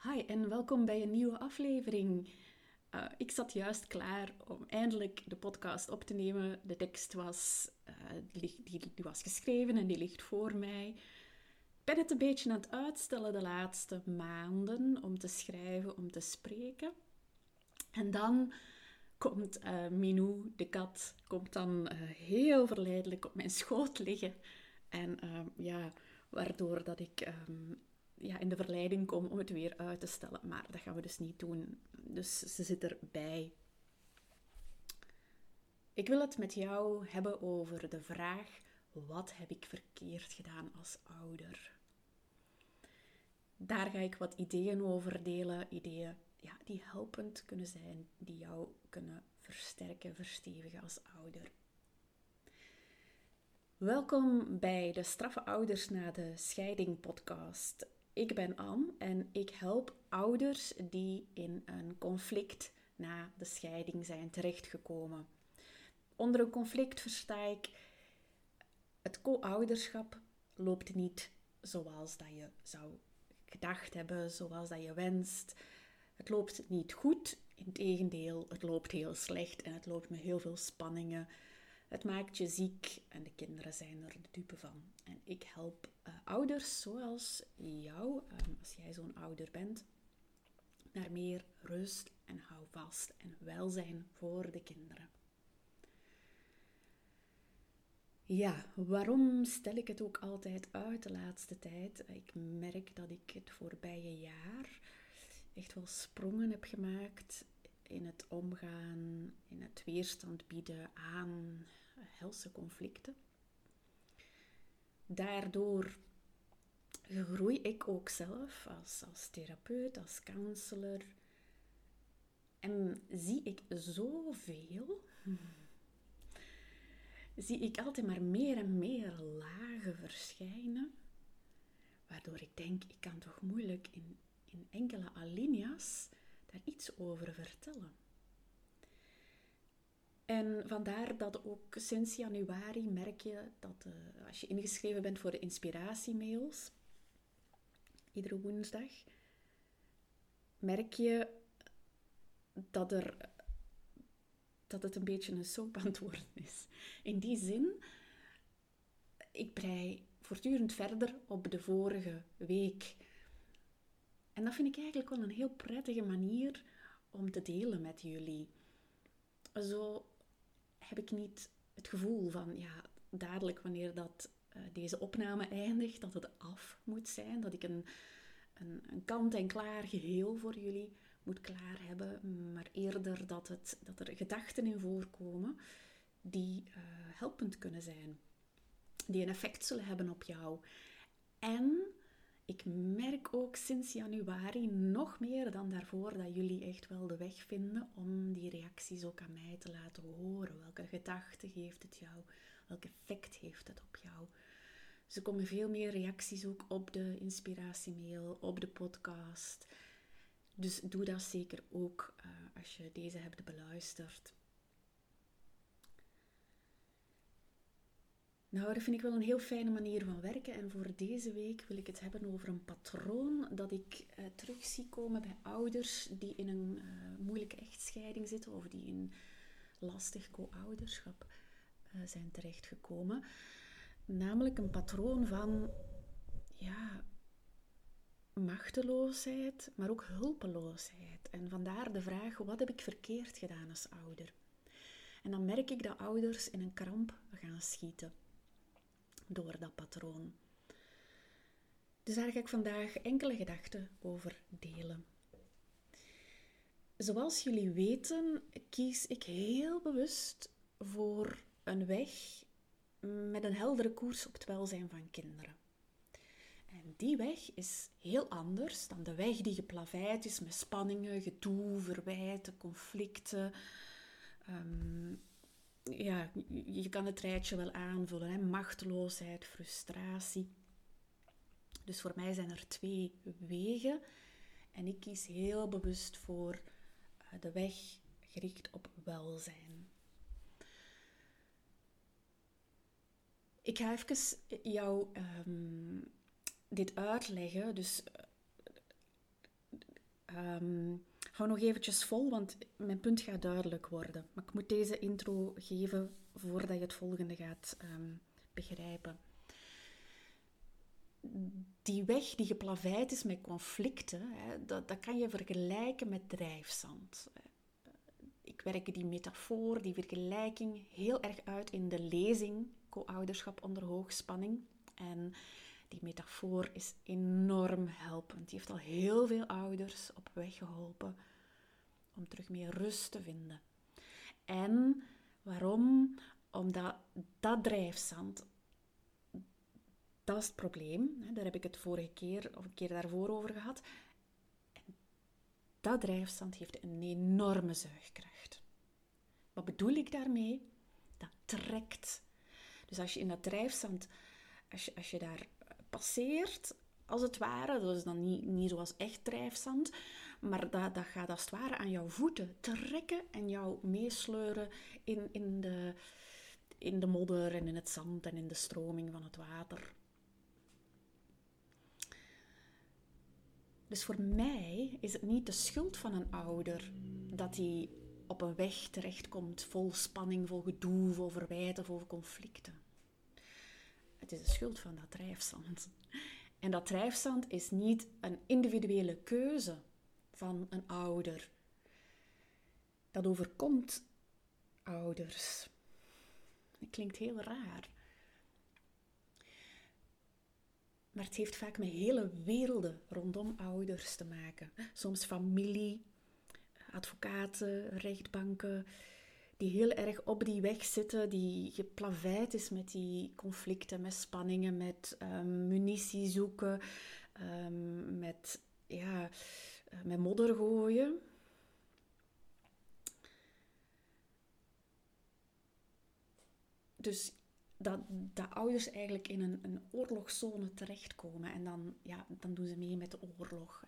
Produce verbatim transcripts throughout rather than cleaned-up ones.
Hi en welkom bij een nieuwe aflevering. Uh, ik zat juist klaar om eindelijk de podcast op te nemen. De tekst was, uh, die, die, die was geschreven en die ligt voor mij. Ik ben het een beetje aan het uitstellen de laatste maanden om te schrijven, om te spreken. En dan komt uh, Minou, de kat, komt dan uh, heel verleidelijk op mijn schoot liggen. En uh, ja, waardoor dat ik... Um, Ja, in de verleiding kom om het weer uit te stellen. Maar dat gaan we dus niet doen. Dus ze zit erbij. Ik wil het met jou hebben over de vraag: wat heb ik verkeerd gedaan als ouder? Daar ga ik wat ideeën over delen. Ideeën ja, die helpend kunnen zijn. Die jou kunnen versterken, verstevigen als ouder. Welkom bij de Straffe Ouders na de Scheiding podcast. Ik ben Anne en ik help ouders die in een conflict na de scheiding zijn terechtgekomen. Onder een conflict versta ik, het co-ouderschap loopt niet zoals dat je zou gedacht hebben, zoals dat je wenst. Het loopt niet goed, integendeel, het loopt heel slecht en het loopt met heel veel spanningen. Het maakt je ziek en de kinderen zijn er de dupe van. En ik help uh, ouders zoals jou, um, als jij zo'n ouder bent, naar meer rust en houvast en welzijn voor de kinderen. Ja, waarom stel ik het ook altijd uit de laatste tijd? Ik merk dat ik het voorbije jaar echt wel sprongen heb gemaakt in het omgaan, in het weerstand bieden aan helse conflicten. Daardoor groei ik ook zelf als, als therapeut, als counselor. En zie ik zoveel, zie ik altijd maar meer en meer lagen verschijnen, waardoor ik denk, ik kan toch moeilijk in, in enkele alinea's daar iets over vertellen. En vandaar dat ook sinds januari merk je dat uh, als je ingeschreven bent voor de inspiratiemails, iedere woensdag, merk je dat, er, dat het een beetje een soap aan het worden is. In die zin, ik brei voortdurend verder op de vorige week. En dat vind ik eigenlijk wel een heel prettige manier om te delen met jullie. Zo heb ik niet het gevoel van, ja, dadelijk wanneer dat, uh, deze opname eindigt, dat het af moet zijn. Dat ik een, een, een kant-en-klaar geheel voor jullie moet klaar hebben. Maar eerder dat, het, dat er gedachten in voorkomen die uh, helpend kunnen zijn. Die een effect zullen hebben op jou. En ik merk ook sinds januari nog meer dan daarvoor dat jullie echt wel de weg vinden om die reacties ook aan mij te laten horen. Welke gedachten geeft het jou? Welk effect heeft het op jou? Dus er komen veel meer reacties ook op de inspiratiemail, op de podcast. Dus doe dat zeker ook uh, als je deze hebt beluisterd. Nou, dat vind ik wel een heel fijne manier van werken. En voor deze week wil ik het hebben over een patroon dat ik uh, terug zie komen bij ouders die in een uh, moeilijke echtscheiding zitten of die in lastig co-ouderschap uh, zijn terechtgekomen. Namelijk een patroon van ja, machteloosheid, maar ook hulpeloosheid. En vandaar de vraag, wat heb ik verkeerd gedaan als ouder? En dan merk ik dat ouders in een kramp gaan schieten door dat patroon. Dus daar ga ik vandaag enkele gedachten over delen. Zoals jullie weten, kies ik heel bewust voor een weg met een heldere koers op het welzijn van kinderen. En die weg is heel anders dan de weg die geplaveid is met spanningen, gedoe, verwijten, conflicten. Um, ja, je kan het rijtje wel aanvullen, hè? Machteloosheid, frustratie. Dus voor mij zijn er twee wegen en ik kies heel bewust voor uh, de weg gericht op welzijn. Ik ga even jou um, dit uitleggen. Dus uh, Um, hou nog eventjes vol, want mijn punt gaat duidelijk worden. Maar ik moet deze intro geven voordat je het volgende gaat um, begrijpen. Die weg die geplaveid is met conflicten, hè, dat, dat kan je vergelijken met drijfzand. Ik werk die metafoor, die vergelijking heel erg uit in de lezing Co-ouderschap onder hoogspanning. En die metafoor is enorm helpend. Die heeft al heel veel ouders op weg geholpen om terug meer rust te vinden. En waarom? Omdat dat drijfzand, dat is het probleem. Daar heb ik het vorige keer of een keer daarvoor over gehad. En dat drijfzand heeft een enorme zuigkracht. Wat bedoel ik daarmee? Dat trekt. Dus als je in dat drijfzand, als je, als je daar passeert, als het ware, dat is dan niet, niet zoals echt drijfzand, maar dat, dat gaat als het ware aan jouw voeten trekken en jou meesleuren in, in, de, in de modder en in het zand en in de stroming van het water. Dus voor mij is het niet de schuld van een ouder dat hij op een weg terechtkomt vol spanning, vol gedoe, vol verwijten, vol conflicten. Het is de schuld van dat drijfzand. En dat drijfzand is niet een individuele keuze van een ouder. Dat overkomt ouders. Dat klinkt heel raar. Maar het heeft vaak met hele werelden rondom ouders te maken. Soms familie, advocaten, rechtbanken, die heel erg op die weg zitten, die geplaveid is met die conflicten, met spanningen, met um, munitie zoeken, um, met, ja, uh, met modder gooien. Dus dat, dat ouders eigenlijk in een, een oorlogszone terechtkomen en dan, ja, dan doen ze mee met de oorlog.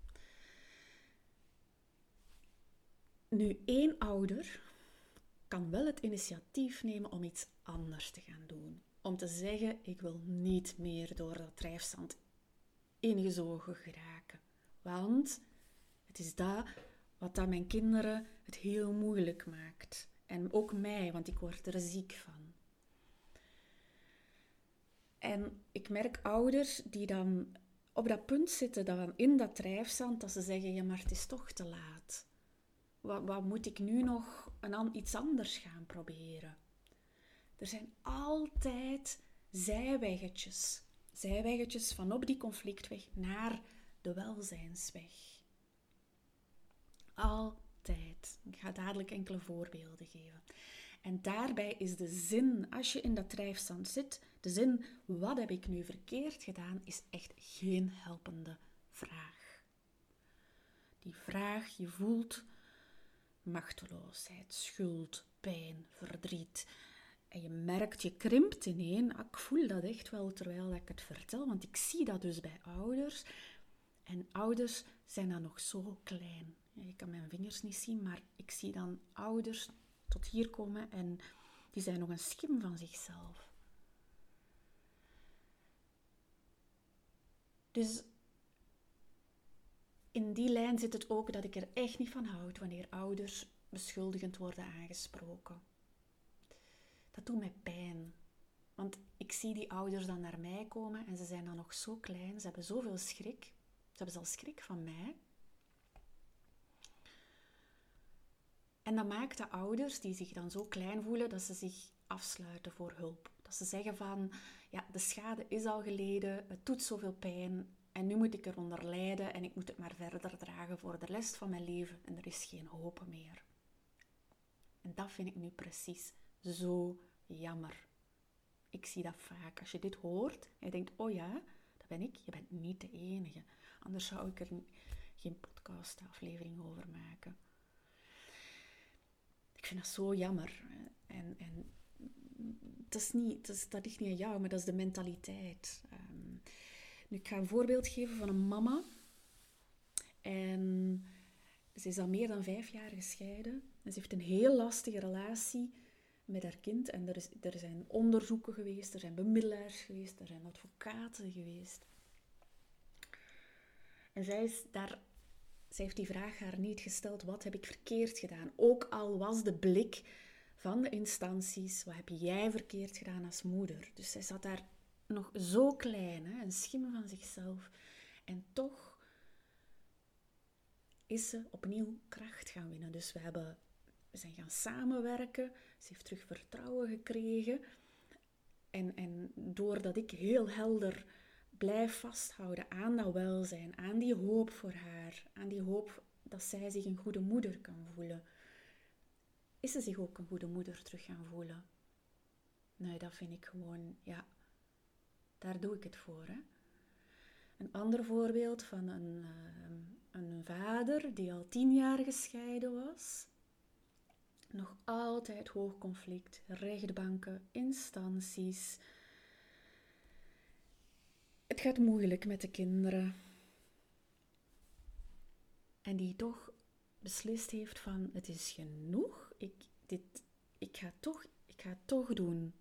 Nu, één ouder kan wel het initiatief nemen om iets anders te gaan doen. Om te zeggen, ik wil niet meer door dat drijfzand ingezogen geraken. Want het is dat wat dat mijn kinderen het heel moeilijk maakt. En ook mij, want ik word er ziek van. En ik merk ouders die dan op dat punt zitten, dan in dat drijfzand, dat ze zeggen, ja, maar het is toch te laat. Wat, wat moet ik nu nog een, iets anders gaan proberen? Er zijn altijd zijweggetjes. Zijweggetjes van op die conflictweg naar de welzijnsweg. Altijd. Ik ga dadelijk enkele voorbeelden geven. En daarbij is de zin, als je in dat drijfzand zit, de zin, wat heb ik nu verkeerd gedaan, is echt geen helpende vraag. Die vraag, je voelt machteloosheid, schuld, pijn, verdriet. En je merkt, je krimpt ineen. Ah, ik voel dat echt wel terwijl ik het vertel, want ik zie dat dus bij ouders. En ouders zijn dan nog zo klein. Je kan mijn vingers niet zien, maar ik zie dan ouders tot hier komen en die zijn nog een schim van zichzelf. Dus in die lijn zit het ook dat ik er echt niet van houd wanneer ouders beschuldigend worden aangesproken. Dat doet mij pijn. Want ik zie die ouders dan naar mij komen en ze zijn dan nog zo klein. Ze hebben zoveel schrik. Ze hebben zelfs schrik van mij. En dat maakt de ouders die zich dan zo klein voelen dat ze zich afsluiten voor hulp. Dat ze zeggen van, ja, de schade is al geleden, het doet zoveel pijn en nu moet ik eronder lijden en ik moet het maar verder dragen voor de rest van mijn leven en er is geen hoop meer. En dat vind ik nu precies zo jammer. Ik zie dat vaak. Als je dit hoort en je denkt, oh ja, dat ben ik, je bent niet de enige. Anders zou ik er geen podcastaflevering over maken. Ik vind dat zo jammer. En, en dat, is niet, dat, is, dat ligt niet aan jou, maar dat is de mentaliteit. Um, nu, ik ga een voorbeeld geven van een mama. En ze is al meer dan vijf jaar gescheiden. En ze heeft een heel lastige relatie met haar kind. En er, is, er zijn onderzoeken geweest, er zijn bemiddelaars geweest, er zijn advocaten geweest. En zij is daar Zij heeft die vraag haar niet gesteld, wat heb ik verkeerd gedaan? Ook al was de blik van de instanties, wat heb jij verkeerd gedaan als moeder? Dus zij zat daar nog zo klein, hè, een schim van zichzelf. En toch is ze opnieuw kracht gaan winnen. Dus we, hebben, we zijn gaan samenwerken. Ze heeft terug vertrouwen gekregen. En, en doordat ik heel helder blijf vasthouden aan dat welzijn, aan die hoop voor haar, aan die hoop dat zij zich een goede moeder kan voelen, is ze zich ook een goede moeder terug gaan voelen. Nee, dat vind ik gewoon, ja, daar doe ik het voor. Hè? Een ander voorbeeld van een, uh, een vader die al tien jaar gescheiden was. Nog altijd hoog conflict, rechtbanken, instanties. Het gaat moeilijk met de kinderen. En die toch beslist heeft van, het is genoeg, ik, dit, ik, ga toch, ik ga het toch doen.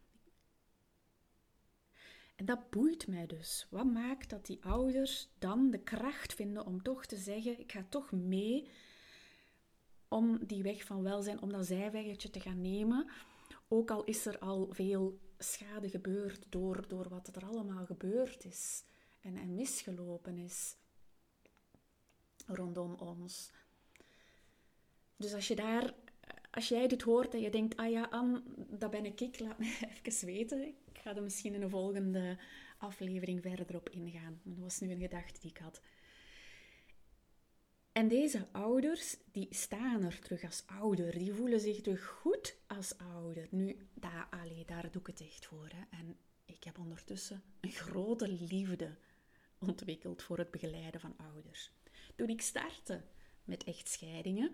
En dat boeit mij dus. Wat maakt dat die ouders dan de kracht vinden om toch te zeggen, ik ga toch mee om die weg van welzijn, om dat zijweggetje te gaan nemen. Ook al is er al veel schade gebeurd door, door wat er allemaal gebeurd is en, en misgelopen is rondom ons. Dus als je daar, als jij dit hoort en je denkt, ah ja, Anne, dat ben ik, laat me even weten. Ik ga er misschien in een volgende aflevering verder op ingaan. Dat was nu een gedachte die ik had. En deze ouders, die staan er terug als ouder. Die voelen zich terug goed als ouder. Nu, daar, allee, daar doe ik het echt voor. Hè. En ik heb ondertussen een grote liefde ontwikkeld voor het begeleiden van ouders. Toen ik startte met echtscheidingen,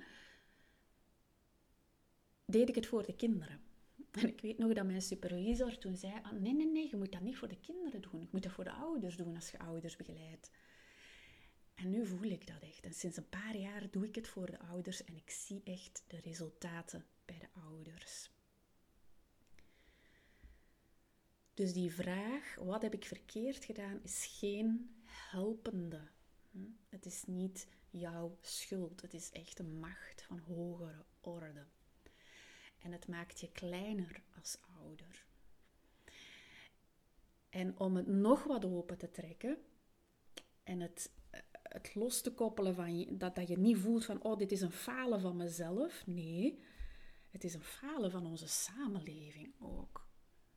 deed ik het voor de kinderen. En ik weet nog dat mijn supervisor toen zei, ah, nee, nee, nee, je moet dat niet voor de kinderen doen. Je moet dat voor de ouders doen als je ouders begeleidt. En nu voel ik dat echt. En sinds een paar jaar doe ik het voor de ouders en ik zie echt de resultaten bij de ouders. Dus die vraag, wat heb ik verkeerd gedaan, is geen helpende. Het is niet jouw schuld. Het is echt een macht van hogere orde. En het maakt je kleiner als ouder. En om het nog wat open te trekken en het, het los te koppelen van je, dat, dat je niet voelt van, oh, dit is een falen van mezelf. Nee, het is een falen van onze samenleving ook.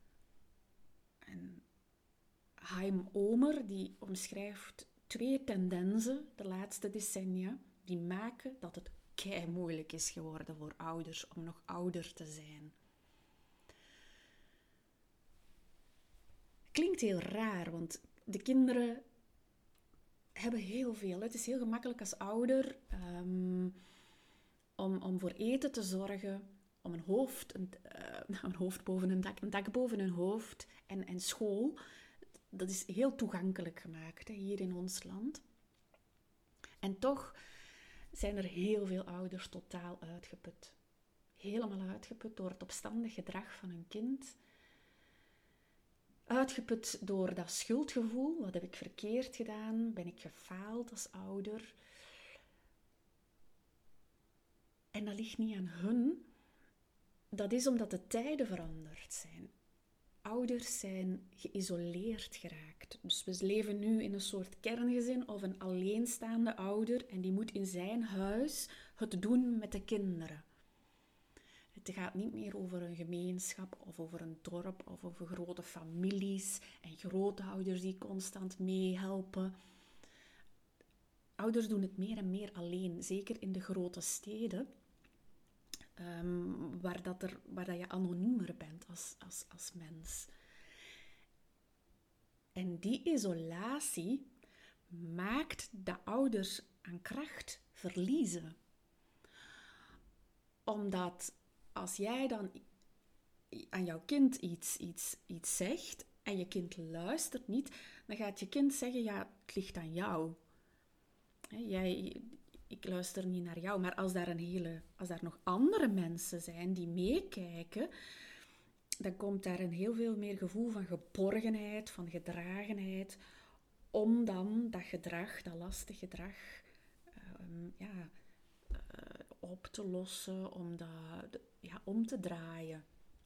En Haim Omer, die omschrijft twee tendensen de laatste decennia, die maken dat het kei moeilijk is geworden voor ouders om nog ouder te zijn. Klinkt heel raar, want de kinderen hebben heel veel. Het is heel gemakkelijk als ouder um, om, om voor eten te zorgen, om een hoofd, een, uh, een hoofd boven een dak, een dak boven hun hoofd en, en school. Dat is heel toegankelijk gemaakt hè, hier in ons land. En toch zijn er heel veel ouders totaal uitgeput. Helemaal uitgeput door het opstandig gedrag van hun kind. Uitgeput door dat schuldgevoel. Wat heb ik verkeerd gedaan? Ben ik gefaald als ouder? En dat ligt niet aan hun. Dat is omdat de tijden veranderd zijn. Ouders zijn geïsoleerd geraakt. Dus we leven nu in een soort kerngezin of een alleenstaande ouder en die moet in zijn huis het doen met de kinderen. Het gaat niet meer over een gemeenschap of over een dorp of over grote families en grootouders die constant meehelpen. Ouders doen het meer en meer alleen, zeker in de grote steden. Um, waar, dat er, waar dat je anoniemer bent als, als, als mens. En die isolatie maakt dat ouders aan kracht verliezen. Omdat als jij dan aan jouw kind iets, iets, iets zegt en je kind luistert niet, dan gaat je kind zeggen, ja, het ligt aan jou. Jij... Ik luister niet naar jou, maar als daar, een hele, als daar nog andere mensen zijn die meekijken, dan komt daar een heel veel meer gevoel van geborgenheid, van gedragenheid, om dan dat gedrag, dat lastig gedrag, uh, um, ja, uh, op te lossen, om, dat, ja, om te draaien.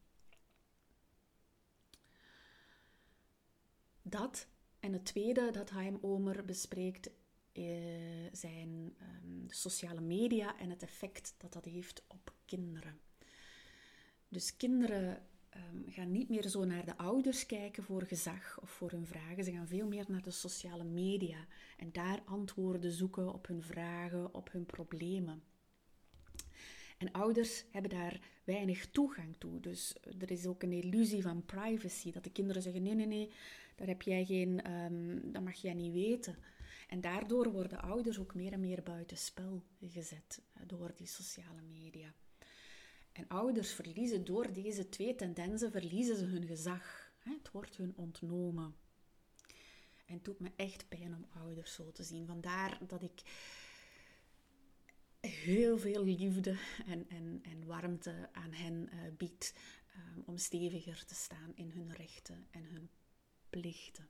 Dat. En het tweede dat Chaim Omer bespreekt uh, zijn um, de sociale media en het effect dat dat heeft op kinderen. Dus kinderen um, gaan niet meer zo naar de ouders kijken voor gezag of voor hun vragen. Ze gaan veel meer naar de sociale media en daar antwoorden zoeken op hun vragen, op hun problemen. En ouders hebben daar weinig toegang toe. Dus er is ook een illusie van privacy. Dat de kinderen zeggen, nee, nee, nee, daar heb jij geen, um, dat mag jij niet weten. En daardoor worden ouders ook meer en meer buitenspel gezet door die sociale media. En ouders verliezen door deze twee tendensen, verliezen ze hun gezag. Het wordt hun ontnomen. En het doet me echt pijn om ouders zo te zien. Vandaar dat ik heel veel liefde en, en, en warmte aan hen uh, bied um, om steviger te staan in hun rechten en hun plichten.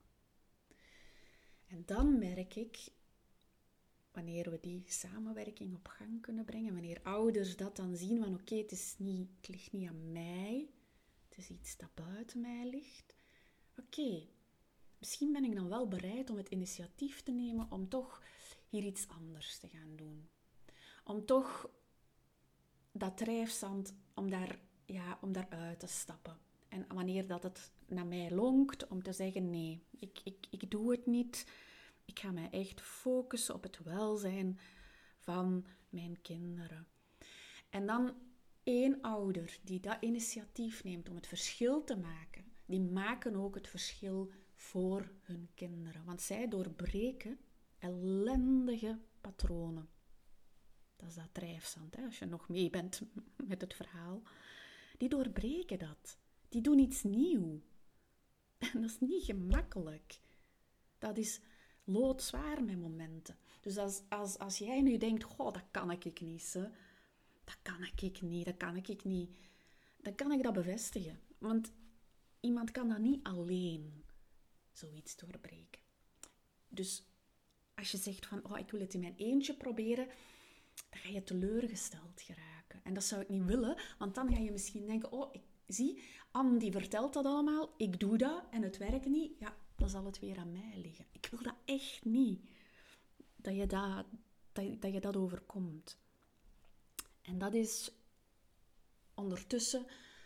En dan merk ik, wanneer we die samenwerking op gang kunnen brengen, wanneer ouders dat dan zien van oké, okay, het is niet, het ligt niet aan mij, het is iets dat buiten mij ligt. Oké, okay, misschien ben ik dan wel bereid om het initiatief te nemen om toch hier iets anders te gaan doen. Om toch dat drijfzand, om daar, ja, om daaruit te stappen. En wanneer dat het naar mij lonkt, om te zeggen nee, ik, ik, ik doe het niet. Ik ga mij echt focussen op het welzijn van mijn kinderen. En dan één ouder die dat initiatief neemt om het verschil te maken, die maken ook het verschil voor hun kinderen. Want zij doorbreken ellendige patronen. Dat is dat drijfzand, hè? Als je nog mee bent met het verhaal. Die doorbreken dat. Die doen iets nieuws. En dat is niet gemakkelijk. Dat is loodzwaar met momenten. Dus als, als, als jij nu denkt, goh, dat kan ik niet, hè? dat kan ik niet, dat kan ik niet, dan kan ik dat bevestigen. Want iemand kan dat niet alleen zoiets doorbreken. Dus als je zegt van, oh, ik wil het in mijn eentje proberen, dan ga je teleurgesteld geraken. En dat zou ik niet willen, want dan ga je misschien denken, oh, ik zie, Anne die vertelt dat allemaal, ik doe dat en het werkt niet, ja, dan zal het weer aan mij liggen. Ik wil dat echt niet, dat je dat, dat, dat, je dat overkomt. En dat is ondertussen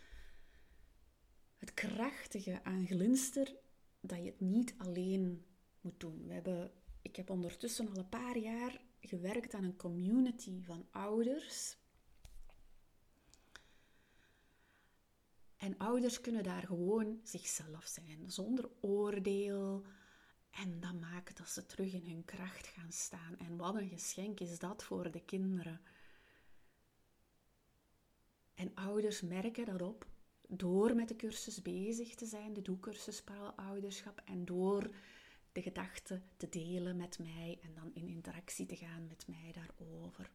het krachtige aan Glinster, dat je het niet alleen moet doen. We hebben, ik heb ondertussen al een paar jaar gewerkt aan een community van ouders. En ouders kunnen daar gewoon zichzelf zijn, zonder oordeel. En dat maakt dat ze terug in hun kracht gaan staan. En wat een geschenk is dat voor de kinderen. En ouders merken dat op door met de cursus bezig te zijn, de doe-cursus parallelouderschap, en door de gedachten te delen met mij en dan in interactie te gaan met mij daarover.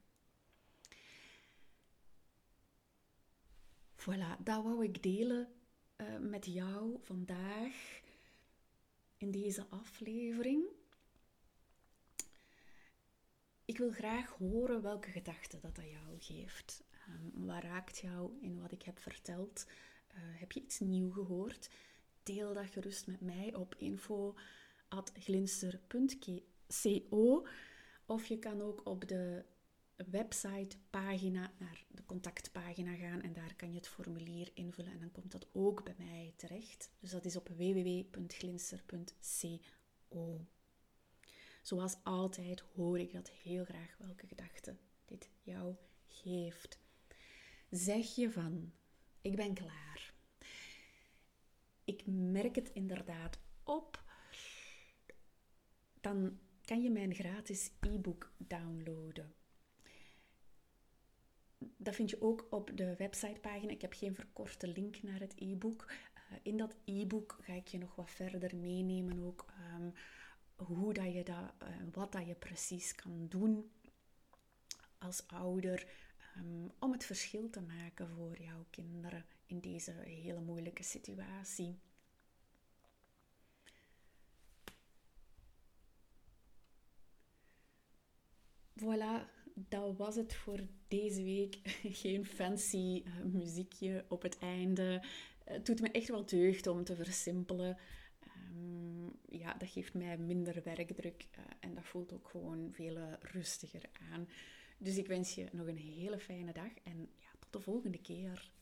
Voilà, dat wou ik delen uh, met jou vandaag in deze aflevering. Ik wil graag horen welke gedachten dat aan jou geeft. Um, wat raakt jou in wat ik heb verteld? Uh, heb je iets nieuws gehoord? Deel dat gerust met mij op info at glinster punt co. Of je kan ook op de websitepagina naar de contactpagina gaan en daar kan je het formulier invullen en dan komt dat ook bij mij terecht. Dus dat is op w w w punt glinster punt co. Zoals altijd hoor ik dat heel graag welke gedachten dit jou geeft. Zeg je van, ik ben klaar. Ik merk het inderdaad op. Dan kan je mijn gratis e-book downloaden. Dat vind je ook op de websitepagina. Ik heb geen verkorte link naar het e-book. Uh, in dat e-book ga ik je nog wat verder meenemen ook. Um, hoe dat je dat, uh, wat dat je precies kan doen als ouder. Um, om het verschil te maken voor jouw kinderen in deze hele moeilijke situatie. Voilà, dat was het voor deze week. Geen fancy uh, muziekje op het einde. Het doet me echt wel deugd om te versimpelen. Um, ja, dat geeft mij minder werkdruk uh, en dat voelt ook gewoon veel uh, rustiger aan. Dus ik wens je nog een hele fijne dag en ja, tot de volgende keer.